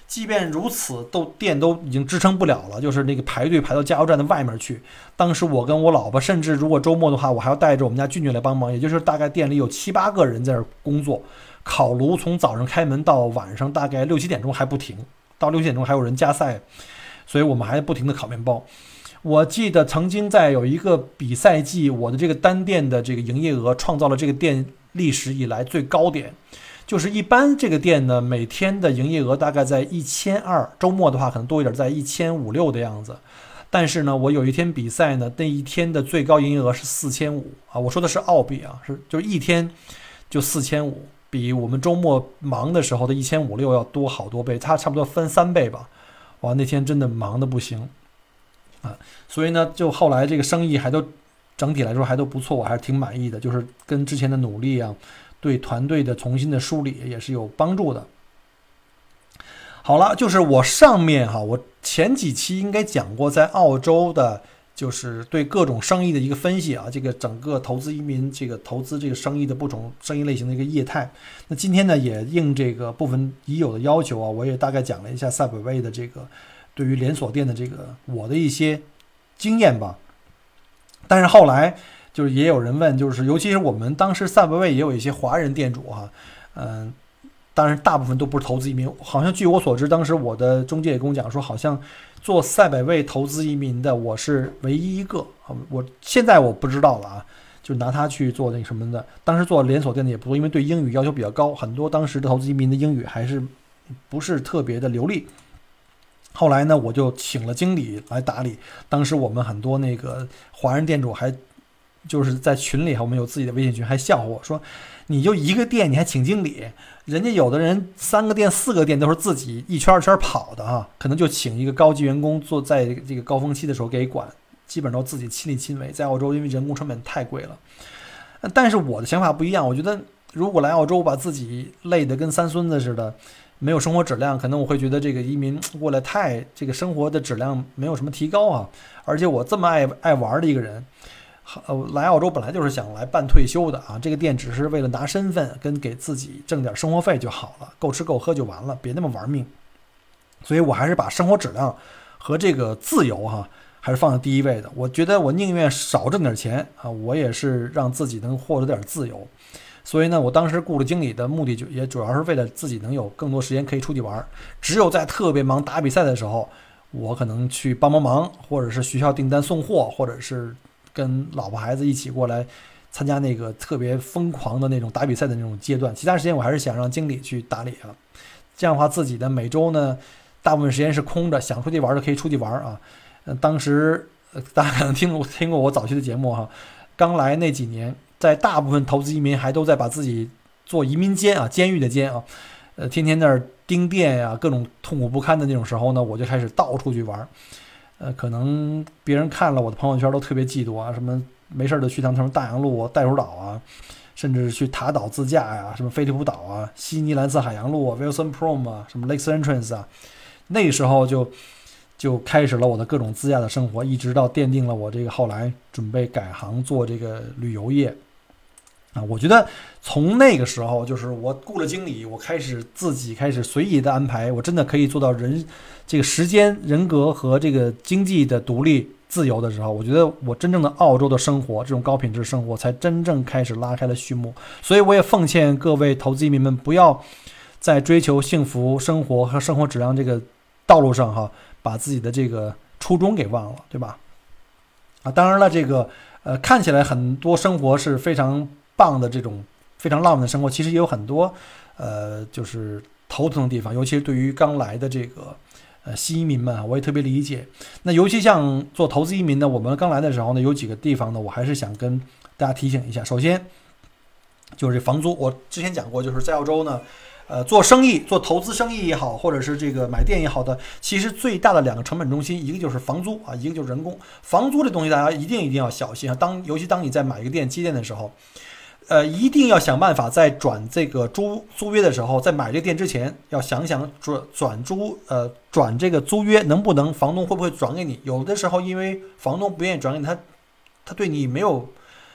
即便如此，都店都已经支撑不了了，就是那个排队排到加油站的外面去。当时我跟我老婆，甚至如果周末的话，我还要带着我们家俊俊来帮忙，也就是大概店里有七八个人在这工作，烤炉从早上开门到晚上大概六七点钟还不停，到六七点钟还有人加赛，所以我们还不停的烤面包。我记得曾经在有一个比赛季，我的这个单店的这个营业额创造了这个店历史以来最高点。就是一般这个店呢，每天的营业额大概在一千二，周末的话可能多一点，在一千五六的样子。但是呢，我有一天比赛呢，那一天的最高营业额是四千五啊，我说的是澳币啊，是就是一天就四千五，比我们周末忙的时候的一千五六要多好多倍，它差不多分三倍吧。哇，那天真的忙得不行啊，所以呢，就后来这个生意还都整体来说还都不错，我还是挺满意的，就是跟之前的努力啊。对团队的重新的梳理也是有帮助的。好了，就是我上面哈，我前几期应该讲过，在澳洲的，就是对各种生意的一个分析啊，这个整个投资移民这个投资这个生意的不同生意类型的一个业态。那今天呢，也应这个部分已有的要求啊，我也大概讲了一下赛百味的这个对于连锁店的这个我的一些经验吧。但是后来。就是也有人问，就是尤其是我们当时赛百味也有一些华人店主哈，嗯、呃，当然大部分都不是投资移民，好像据我所知，当时我的中介也跟我讲说，好像做赛百味投资移民的我是唯一一个，我现在我不知道了啊，就拿它去做那个什么的，当时做连锁店的也不多，因为对英语要求比较高，很多当时的投资移民的英语还是不是特别的流利。后来呢，我就请了经理来打理，当时我们很多那个华人店主还。就是在群里，我们有自己的微信群，还笑话我说：“你就一个店，你还请经理？人家有的人三个店、四个店都是自己一圈一圈跑的啊，可能就请一个高级员工做，在这个高峰期的时候给管，基本上都自己亲力亲为。在澳洲，因为人工成本太贵了。但是我的想法不一样，我觉得如果来澳洲把自己累得跟三孙子似的，没有生活质量，可能我会觉得这个移民过来太这个生活的质量没有什么提高啊。而且我这么爱爱玩的一个人。”呃，来澳洲本来就是想来办退休的啊，这个店只是为了拿身份跟给自己挣点生活费就好了，够吃够喝就完了，别那么玩命。所以我还是把生活质量和这个自由哈、啊，还是放在第一位的。我觉得我宁愿少挣点钱啊，我也是让自己能获得点自由。所以呢，我当时雇了经理的目的就也主要是为了自己能有更多时间可以出去玩。只有在特别忙打比赛的时候，我可能去帮帮忙，或者是学校订单送货，或者是。跟老婆孩子一起过来参加那个特别疯狂的那种打比赛的那种阶段，其他时间我还是想让经理去打理啊。这样的话，自己的每周呢，大部分时间是空着，想出去玩就可以出去玩啊。呃、当时、呃、大家可能听过听过我早期的节目哈，刚来那几年，在大部分投资移民还都在把自己做移民监啊，监狱的监啊，呃，天天那儿盯店呀、啊，各种痛苦不堪的那种时候呢，我就开始到处去玩。呃，可能别人看了我的朋友圈都特别嫉妒啊，什么没事就去趟什么大洋路、袋鼠岛啊，甚至去塔岛自驾呀、啊，什么菲利普岛啊、悉尼蓝色海洋路啊、Wilson Prom 啊、什么 Lakes Entrance 啊，那个时候就就开始了我的各种自驾的生活，一直到奠定了我这个后来准备改行做这个旅游业。啊，我觉得从那个时候，就是我雇了经理，我开始自己开始随意的安排，我真的可以做到人这个时间、人格和这个经济的独立自由的时候，我觉得我真正的澳洲的生活，这种高品质生活才真正开始拉开了序幕。所以我也奉劝各位投资移民们，不要在追求幸福生活和生活质量这个道路上哈，把自己的这个初衷给忘了，对吧？啊，当然了，这个呃看起来很多生活是非常棒的这种非常浪漫的生活，其实也有很多呃就是头疼的地方，尤其是对于刚来的这个呃新移民们，我也特别理解。那尤其像做投资移民呢，我们刚来的时候呢，有几个地方呢，我还是想跟大家提醒一下。首先就是房租，我之前讲过，就是在澳洲呢，呃，做生意、做投资生意也好，或者是这个买店也好的，其实最大的两个成本中心，一个就是房租啊，一个就是人工。房租这东西大家一定一定要小心啊，当尤其当你在买一个店接店的时候。呃，一定要想办法在转这个租租约的时候，在买这个店之前，要想想转转租呃转这个租约能不能房东会不会转给你？有的时候因为房东不愿意转给你，他他对你没有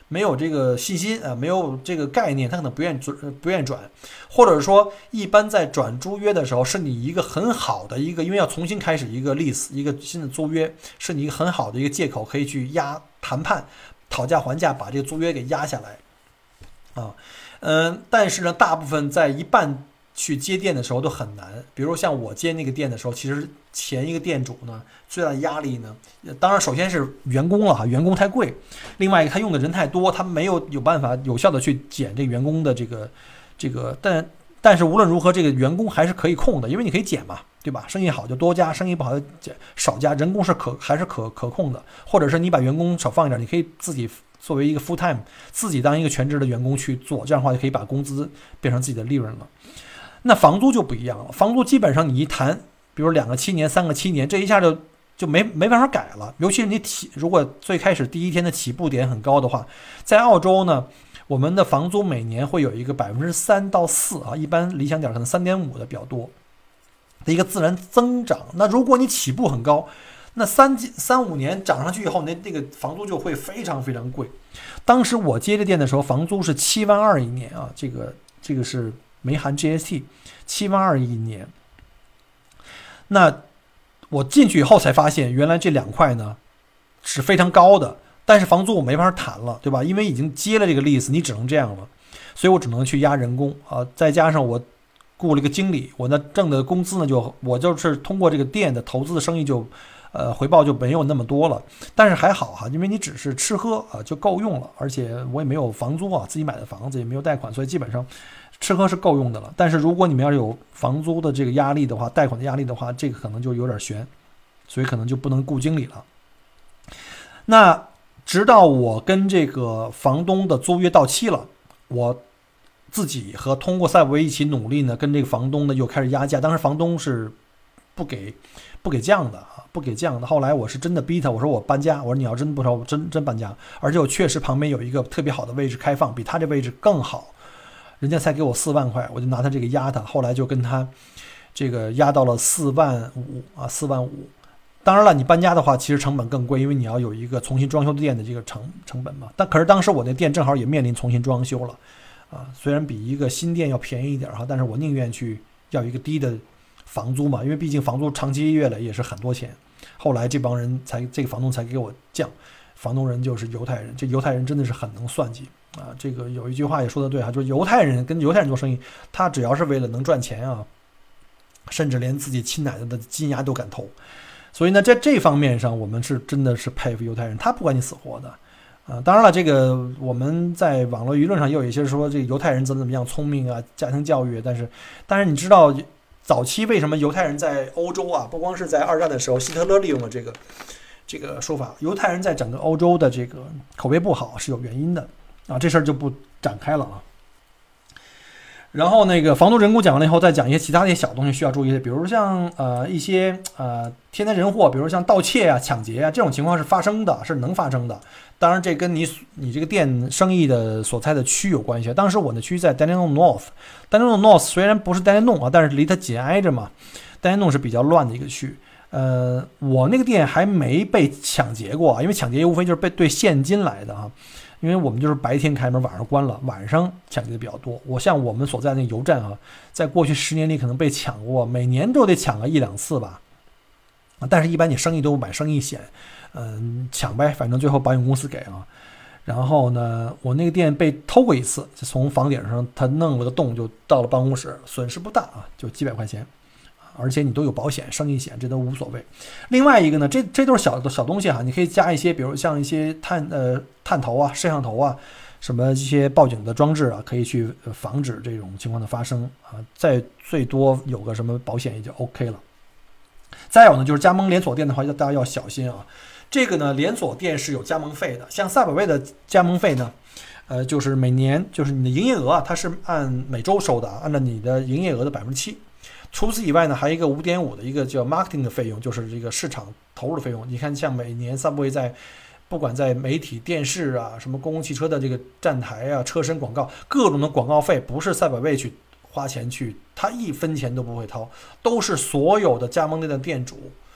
没有这个信心啊，没有这个概念，他可能不愿意转，不愿意转，或者说一般在转租约的时候，是你一个很好的一个，因为要重新开始一个 lease 一个新的租约，是你一个很好的一个借口，可以去压谈判、讨价还价，把这个租约给压下来啊。嗯，但是呢，大部分在一半去接店的时候都很难。比如像我接那个店的时候，其实前一个店主呢，最大的压力呢，当然首先是员工了哈，员工太贵，另外一个他用的人太多，他没有有办法有效的去减这个员工的这个这个，但但是无论如何，这个员工还是可以控的，因为你可以减嘛，对吧？生意好就多加，生意不好就减少加，人工是可还是可可控的，或者是你把员工少放一点，你可以自己作为一个 full time， 自己当一个全职的员工去做，这样的话就可以把工资变成自己的利润了。那房租就不一样了，房租基本上你一谈，比如两个七年、三个七年，这一下就就没没办法改了。尤其是你起，如果最开始第一天的起步点很高的话，在澳洲呢，我们的房租每年会有一个百分之三到四啊，一般理想点可能三点五的比较多的一个自然增长。那如果你起步很高，那三三五年涨上去以后，那那个房租就会非常非常贵。当时我接这店的时候，房租是七万二一年啊，这个这个是没含 G S T， 七万二一年。那我进去以后才发现，原来这两块呢是非常高的，但是房租我没法谈了，对吧？因为已经接了这个 lease， 你只能这样了，所以我只能去压人工啊，再加上我雇了一个经理，我那挣的工资呢就我就是通过这个店的投资的生意就。呃，回报就没有那么多了，但是还好哈，因为你只是吃喝啊就够用了，而且我也没有房租啊，自己买的房子也没有贷款，所以基本上吃喝是够用的了。但是如果你们要是有房租的这个压力的话，贷款的压力的话，这个可能就有点悬，所以可能就不能雇经理了。那直到我跟这个房东的租约到期了，我自己和通过赛博威一起努力呢，跟这个房东呢又开始压价，当时房东是不给不给降的啊，不给降的。后来我是真的逼他，我说我搬家，我说你要真不收，我真真搬家。而且我确实旁边有一个特别好的位置开放，比他这位置更好，人家才给我四万块，我就拿他这个压他。后来就跟他这个压到了四万五啊，四万五。当然了，你搬家的话，其实成本更贵，因为你要有一个重新装修的店的这个成成本嘛。但可是当时我那店正好也面临重新装修了啊，虽然比一个新店要便宜一点哈，但是我宁愿去要一个低的房租嘛，因为毕竟房租长期月累也是很多钱。后来这帮人才，这个房东才给我降。房东人就是犹太人，这犹太人真的是很能算计啊。这个有一句话也说得对哈，就是犹太人跟犹太人做生意，他只要是为了能赚钱啊，甚至连自己亲奶奶的金牙都敢偷。所以呢，在这方面上，我们是真的是佩服犹太人，他不管你死活的啊。当然了，这个我们在网络舆论上也有一些说这个犹太人怎么怎么样聪明啊，家庭教育，但是但是你知道早期为什么犹太人在欧洲啊，不光是在二战的时候，希特勒利用了这个这个说法，犹太人在整个欧洲的这个口碑不好是有原因的啊，这事儿就不展开了啊。然后那个房东人工讲完了以后，再讲一些其他的一些小东西需要注意的，比如像呃一些呃天灾人祸，比如像盗窃啊、抢劫啊这种情况是发生的，是能发生的。当然，这跟你你这个店生意的所在的区有关系。当时我的区在 Dandenong North，Dandenong North 虽然不是 Dandenong 啊，但是离它紧挨着嘛。Dandenong 是比较乱的一个区。呃，我那个店还没被抢劫过，因为抢劫无非就是被对现金来的啊。因为我们就是白天开门，晚上关了，晚上抢劫的比较多。我像我们所在那个油站啊，在过去十年里可能被抢过，每年都得抢个一两次吧。但是一般你生意都买生意险，嗯，抢呗，反正最后保险公司给啊。然后呢，我那个店被偷过一次，就从房顶上他弄了个洞，就到了办公室，损失不大啊，就几百块钱。而且你都有保险、生意险，这都无所谓。另外一个呢，这这都是小的小东西哈，你可以加一些，比如像一些探呃探头啊、摄像头啊，什么一些报警的装置啊，可以去防止这种情况的发生啊。再最多有个什么保险也就 OK 了。再有呢，就是加盟连锁店的话，大家要小心啊。这个呢，连锁店是有加盟费的，像赛百味的加盟费呢，呃，就是每年就是你的营业额啊，它是按每周收的，按照你的营业额的百分之七。除此以外呢，还有一个 五点五 的一个叫 marketing 的费用，就是这个市场投入的费用。你看，像每年 Subway 在不管在媒体、电视啊，什么公共汽车的这个站台啊、车身广告，各种的广告费，不是赛百味去花钱去，他一分钱都不会掏，都是所有的加盟店的店主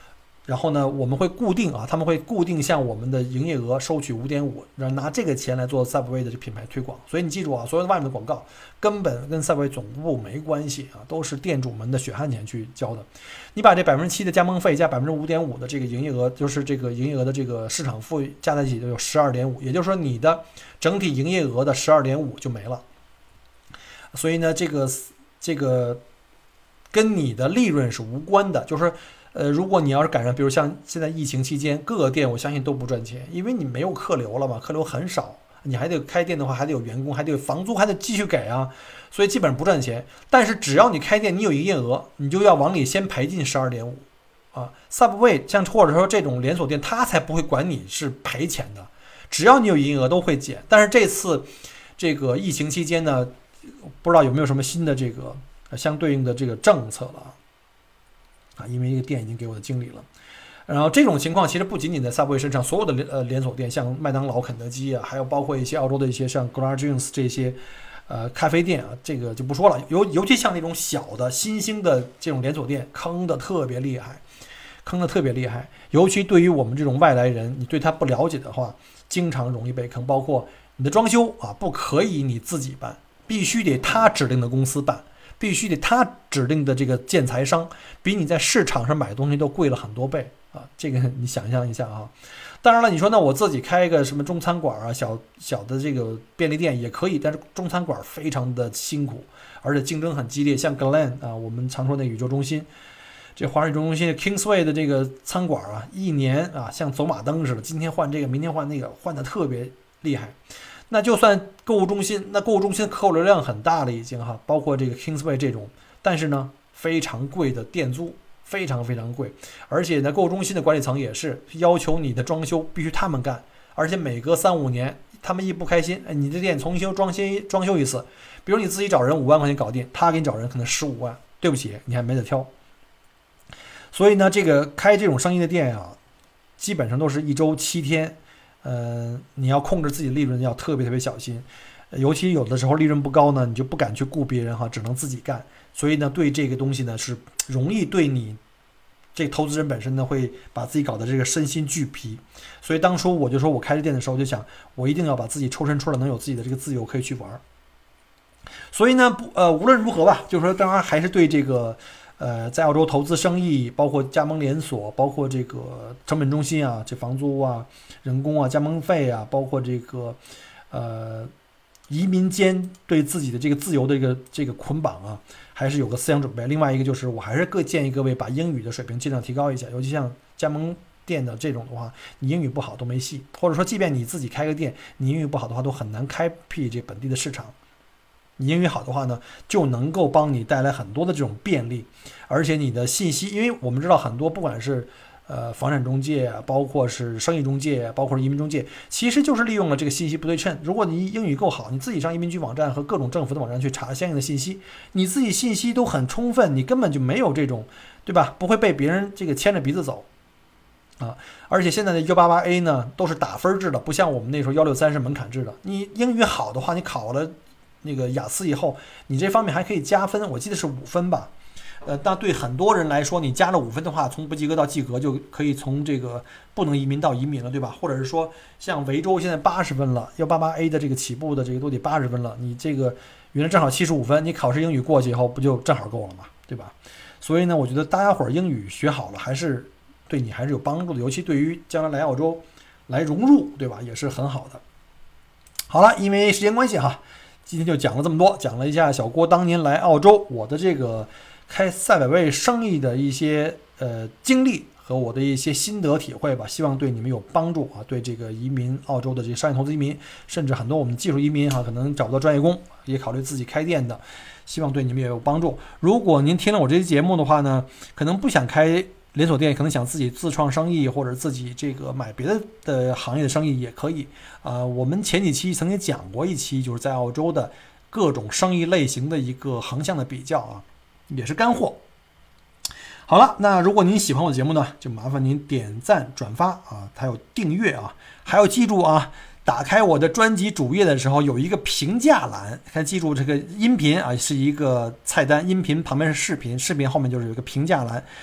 然后呢，我们会固定啊，他们会固定向我们的营业额收取 五点五， 然后拿这个钱来做 Subway 的这品牌推广。所以你记住啊，所有的外面的广告根本跟 Subway 总部没关系啊，都是店主们的血汗钱去交的。你把这 百分之七 的加盟费加 百分之五点五 的这个营业额，就是这个营业额的这个市场费加在一起就有 十二点五， 也就是说你的整体营业额的 十二点五 就没了。所以呢，这个这个跟你的利润是无关的，就是呃，如果你要是赶上，比如像现在疫情期间，各个店我相信都不赚钱，因为你没有客流了嘛，客流很少，你还得开店的话，还得有员工，还得有房租，还得继续给啊，所以基本上不赚钱。但是只要你开店，你有营业额，你就要往里先赔进 十二点五 啊。Subway 像或者说这种连锁店，他才不会管你是赔钱的，只要你有营业额都会减。但是这次这个疫情期间呢，不知道有没有什么新的这个相对应的这个政策了啊？因为这个店已经给我的经理了。然后这种情况其实不仅仅在 Subway 身上，所有的呃连锁店，像麦当劳、肯德基啊，还有包括一些澳洲的一些像 Grant Jones 这些呃咖啡店啊，这个就不说了。尤尤其像那种小的新兴的这种连锁店，坑的特别厉害，坑的特别厉害。尤其对于我们这种外来人，你对他不了解的话，经常容易被坑。包括你的装修啊，不可以你自己办，必须得他指定的公司办。必须得他指定的这个建材商比你在市场上买东西都贵了很多倍啊！这个你想象一下啊。当然了，你说那我自己开一个什么中餐馆啊，小小的这个便利店也可以，但是中餐馆非常的辛苦，而且竞争很激烈。像 Glen 啊，我们常说那宇宙中心，这华人宇宙中心 Kingsway 的这个餐馆啊，一年啊像走马灯似的，今天换这个，明天换那个，换的特别厉害。那就算购物中心，那购物中心的客户流量很大了已经哈，包括这个 Kingsway 这种，但是呢非常贵的店租，非常非常贵，而且呢购物中心的管理层也是要求你的装修必须他们干，而且每隔三五年他们一不开心，哎，你的店重新装修装修一次，比如你自己找人五万块钱搞定，他给你找人可能十五万，对不起，你还没得挑。所以呢，这个开这种生意的店啊，基本上都是一周七天。呃，你要控制自己的利润，要特别特别小心，尤其有的时候利润不高呢，你就不敢去雇别人哈，只能自己干。所以呢，对这个东西呢是容易对你这个投资人本身呢会把自己搞得这个身心俱疲。所以当初我就说我开这店的时候就想，我一定要把自己抽身出来，能有自己的这个自由可以去玩。所以呢，不呃无论如何吧，就是说当然还是对这个。呃，在澳洲投资生意，包括加盟连锁，包括这个成本中心啊，这房租啊、人工啊、加盟费啊，包括这个呃移民间对自己的这个自由的这个这个捆绑啊，还是有个思想准备。另外一个就是，我还是各建议各位把英语的水平尽量提高一下，尤其像加盟店的这种的话，你英语不好都没戏，或者说即便你自己开个店，你英语不好的话，都很难开辟这本地的市场。你英语好的话呢，就能够帮你带来很多的这种便利，而且你的信息，因为我们知道很多不管是呃房产中介，包括是生意中介，包括是移民中介，其实就是利用了这个信息不对称。如果你英语够好，你自己上移民局网站和各种政府的网站去查相应的信息，你自己信息都很充分，你根本就没有这种，对吧？不会被别人这个牵着鼻子走啊！而且现在的一八八 A 呢都是打分制的，不像我们那时候一六三是门槛制的。你英语好的话，你考了那个雅思以后，你这方面还可以加分，我记得是五分吧。呃，但对很多人来说，你加了五分的话，从不及格到及格就可以从这个不能移民到移民了，对吧？或者是说，像维州现在八十分了，一八八 A 的这个起步的这个都得八十分了，你这个原来正好七十五分，你考试英语过去以后，不就正好够了嘛，对吧？所以呢，我觉得大家伙儿英语学好了，还是对你还是有帮助的，尤其对于将来来澳洲来融入，对吧？也是很好的。好了，因为时间关系哈。今天就讲了这么多，讲了一下小郭当年来澳洲，我的这个开赛百味生意的一些呃经历和我的一些心得体会吧，希望对你们有帮助啊。对这个移民澳洲的这个商业投资移民，甚至很多我们技术移民哈，可能找不到专业工，也考虑自己开店的，希望对你们也有帮助。如果您听了我这期节目的话呢，可能不想开连锁店，可能想自己自创生意，或者自己这个买别的的行业的生意也可以啊、呃。我们前几期曾经讲过一期，就是在澳洲的各种生意类型的一个横向的比较啊，也是干货。好了，那如果您喜欢我的节目呢，就麻烦您点赞、转发啊，还有订阅啊，还要记住啊，打开我的专辑主页的时候有一个评价栏，看记住这个音频啊是一个菜单，音频旁边是视频，视频后面就是有一个评价栏。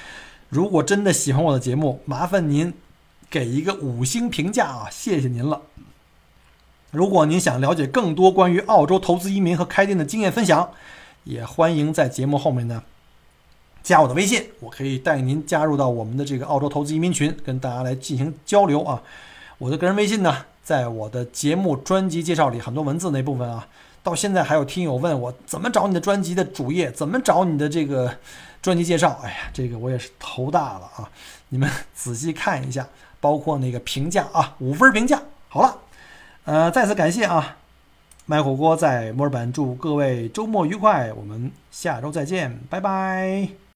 如果真的喜欢我的节目，麻烦您给一个五星评价啊，谢谢您了。如果您想了解更多关于澳洲投资移民和开店的经验分享，也欢迎在节目后面呢加我的微信，我可以带您加入到我们的这个澳洲投资移民群，跟大家来进行交流啊。我的个人微信呢，在我的节目专辑介绍里很多文字那部分啊，到现在还有听友问我怎么找你的专辑的主页，怎么找你的这个专辑介绍。哎呀，这个我也是头大了啊，你们仔细看一下，包括那个评价啊，五分评价。好了，呃，再次感谢啊，卖火锅在墨尔本，祝各位周末愉快，我们下周再见，拜拜。